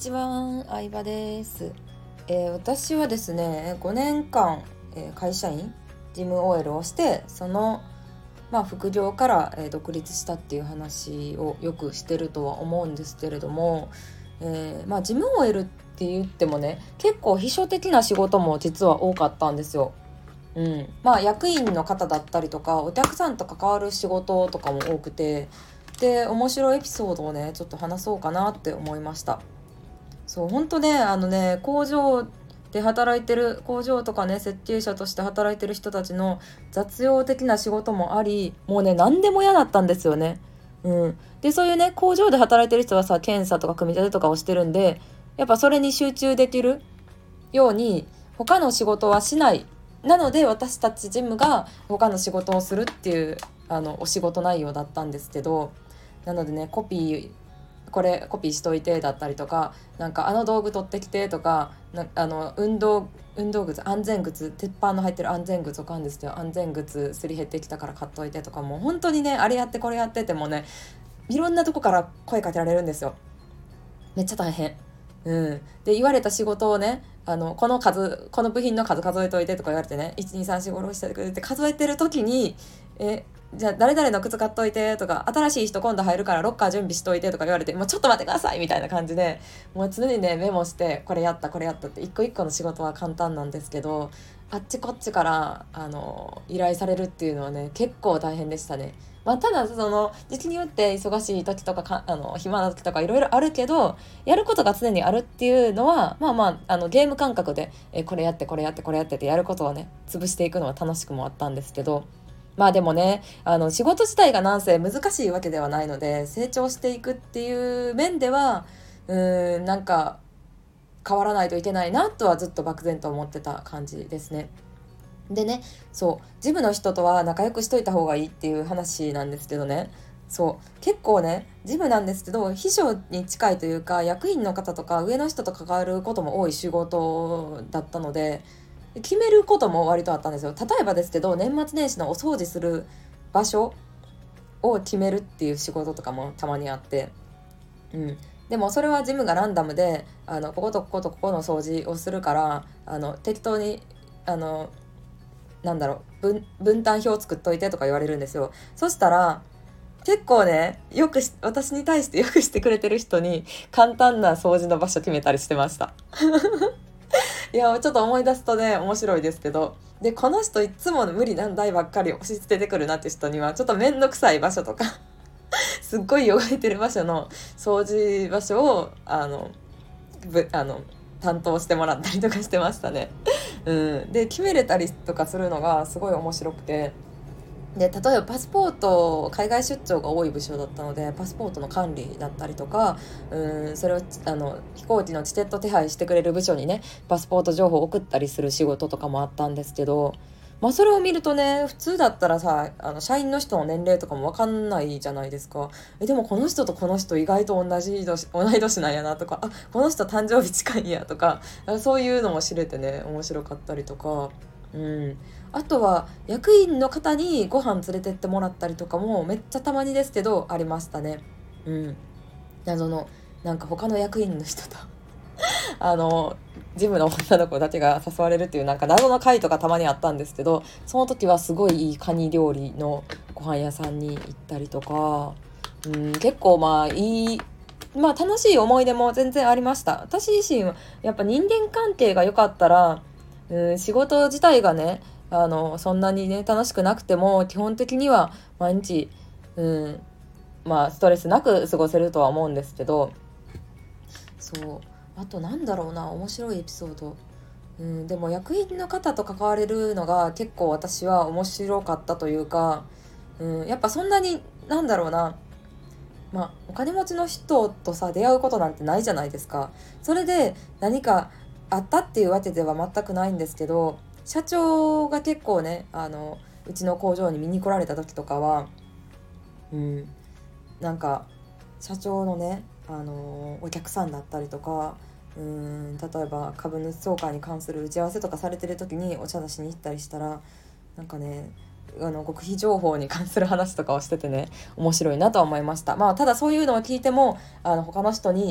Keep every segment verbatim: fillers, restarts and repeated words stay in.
ちは、相葉です。えー私はですねごねんかん、えー会社員事務 オーエル をして、その、まあ、副業から、えー独立したっていう話をよくしてるとは思うんですけれども、えーまあ、事務 オーエル って言ってもね、結構秘書的な仕事も実は多かったんですよ。うん、まあ役員の方だったりとかお客さんと関わる仕事とかも多くて、で面白いエピソードをねちょっと話そうかなって思いました。そう本当ね、あのね工場で働いてる、工場とかね設計者として働いてる人たちの雑用的な仕事もあり、もうね何でも嫌だったんですよね。うん、でそういうね工場で働いてる人はさ、検査とか組み立てとかをしてるんで、やっぱそれに集中できるように他の仕事はしない。なので私たちジムが他の仕事をするっていうあのお仕事内容だったんですけど、なのでねコピーこれコピーしといてだったりとか、なんかあの道具取ってきてとか、なあの運動運動靴、安全靴、鉄板の入ってる安全靴を買うんですけど、安全靴すり減ってきたから買っといてとか、もう本当にねあれやってこれやっててもね、いろんなとこから声かけられるんですよ。めっちゃ大変。うん、で言われた仕事をね、あのこの数この部品の数数えといてとか言われてね、いちにさんしごろしてくれて数えてる時に、えじゃあ誰々の靴買っといてとか、新しい人今度入るからロッカー準備しといてとか言われて、もうちょっと待ってくださいみたいな感じで、もう常にねメモして、これやったこれやったって一個一個の仕事は簡単なんですけど、あっちこっちからあの依頼されるっていうのはね結構大変でしたね。まあ、ただその時期によって忙しい時とか、かあの暇な時とかいろいろあるけど、やることが常にあるっていうのは、まあまあ、あのゲーム感覚で、えこれやってこれやってこれやってってやることをね潰していくのは楽しくもあったんですけど、まあでもね、あの仕事自体がなんせ難しいわけではないので、成長していくっていう面ではうーんなんか変わらないといけないなとはずっと漠然と思ってた感じですね。でね、そうジムの人とは仲良くしといた方がいいっていう話なんですけどね、そう結構ねジムなんですけど秘書に近いというか、役員の方とか上の人と関わることも多い仕事だったので、決めることも割とあったんですよ。例えばですけど、年末年始のお掃除する場所を決めるっていう仕事とかもたまにあって、うん、でもそれはジムがランダムで、あのこことこことここの掃除をするから、あの適当にあのなんだろう分分担表作っといてとか言われるんですよ。そしたら結構ね、よくし私に対してよくしてくれてる人に簡単な掃除の場所決めたりしてました。いやちょっと思い出すとね面白いですけど、でこの人いつも無理難題ばっかり押し付けてくるなって人には、ちょっと面倒くさい場所とかすっごい汚れてる場所の掃除場所をあのぶあの担当してもらったりとかしてましたね。うん、で決めれたりとかするのがすごい面白くて、で例えばパスポート、海外出張が多い部署だったので、パスポートの管理だったりとか、うんそれをあの飛行機のチケット手配してくれる部署にねパスポート情報を送ったりする仕事とかもあったんですけど、まあそれを見るとね、普通だったらさ、あの社員の人の年齢とかも分かんないじゃないですか。えでもこの人とこの人意外と同じ年同い年なんやなとか、あこの人誕生日近いんやとか、そういうのも知れてね面白かったりとか、うん、あとは役員の方にご飯連れてってもらったりとかもめっちゃたまにですけどありましたね。うん、謎のなんか他の役員の人とあのジムの女の子たちが誘われるっていうなんか謎の会とかたまにあったんですけど、その時はすごいいいカニ料理のご飯屋さんに行ったりとか、うん、結構まあいい、まあ楽しい思い出も全然ありました。私自身はやっぱ人間関係が良かったら、うん、仕事自体がねあのそんなにね楽しくなくても基本的には毎日、うん、まあストレスなく過ごせるとは思うんですけど、そうあとなんだろうな、面白いエピソード、うん、でも役員の方と関われるのが結構私は面白かったというか、うん、やっぱそんなになんだろうな、まあお金持ちの人とさ出会うことなんてないじゃないですか。それで何かあったっていうわけでは全くないんですけど、社長が結構ねあのうちの工場に見に来られた時とかは、うん、なんか社長のね、あのお客さんだったりとか、うーん例えば株主総会に関する打ち合わせとかされてる時にお茶出しに行ったりしたら、なんかねあの極秘情報に関する話とかをしててね面白いなとは思いました。まあただそういうのを聞いてもあの他の人に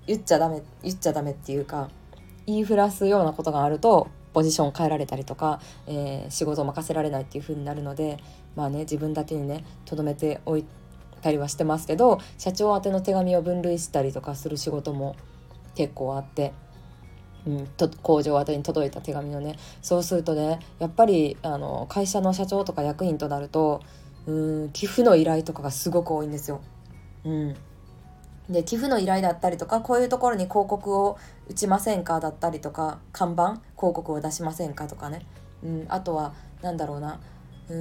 言っちゃダメ言っちゃダメっていうか、言いふらすようなことがあるとポジション変えられたりとか、えー、仕事を任せられないっていう風になるので、まあね、自分だけにね留めておいたりはしてますけど、社長宛ての手紙を分類したりとかする仕事も結構あって、うん、と工場宛てに届いた手紙のね、そうするとね、やっぱりあの会社の社長とか役員となると、うん、寄付の依頼とかがすごく多いんですよ。うん、で寄付の依頼だったりとか、こういうところに広告を打ちませんかだったりとか、看板広告を出しませんかとかね、うん、あとはなんだろうな、うん、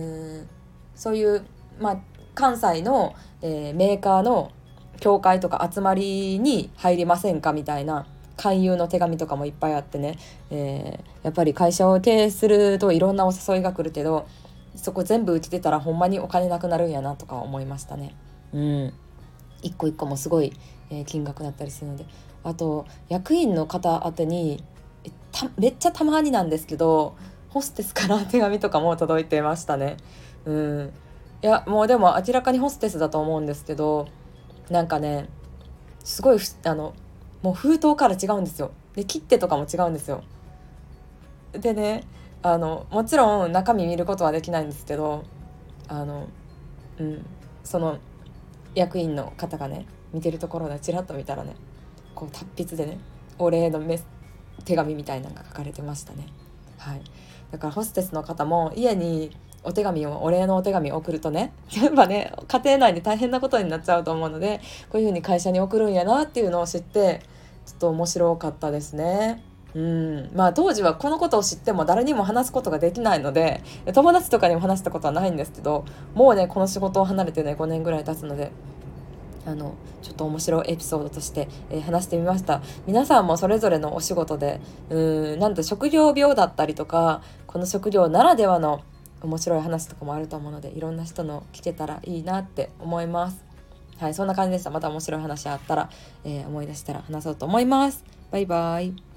そういう、まあ、関西の、えーメーカーの協会とか集まりに入りませんかみたいな勧誘の手紙とかもいっぱいあってね、えーやっぱり会社を経営するといろんなお誘いが来るけど、そこ全部受けてたらほんまにお金なくなるんやなとか思いましたね。うん、一個一個もすごい、えー金額だったりするので、あと役員の方宛てにえためっちゃたまになんですけど、ホステスから手紙とかも届いてましたね。うん、いやもうでも明らかにホステスだと思うんですけど、なんかね、すごいふあのもう封筒から違うんですよ。で切手とかも違うんですよ。でね、あのもちろん中身見ることはできないんですけど、あの、うん、その役員の方がね見てるところでチラッと見たらね、こう達筆でねお礼のメス手紙みたいなのが書かれてましたね。はい、だからホステスの方も家にお手紙をお礼のお手紙を送るとね、やっぱね家庭内で大変なことになっちゃうと思うので、こういう風に会社に送るんやなっていうのを知ってちょっと面白かったですね。うん、まあ当時はこのことを知っても誰にも話すことができないので、友達とかにも話したことはないんですけど、もうねこの仕事を離れてねごねんぐらい経つので、あのちょっと面白いエピソードとして、えー話してみました。皆さんもそれぞれのお仕事でうーんなんと職業病だったりとか、この職業ならではの面白い話とかもあると思うので、いろんな人の聞けたらいいなって思います。はい、そんな感じでした。また面白い話あったら、えー思い出したら話そうと思います。バイバイ。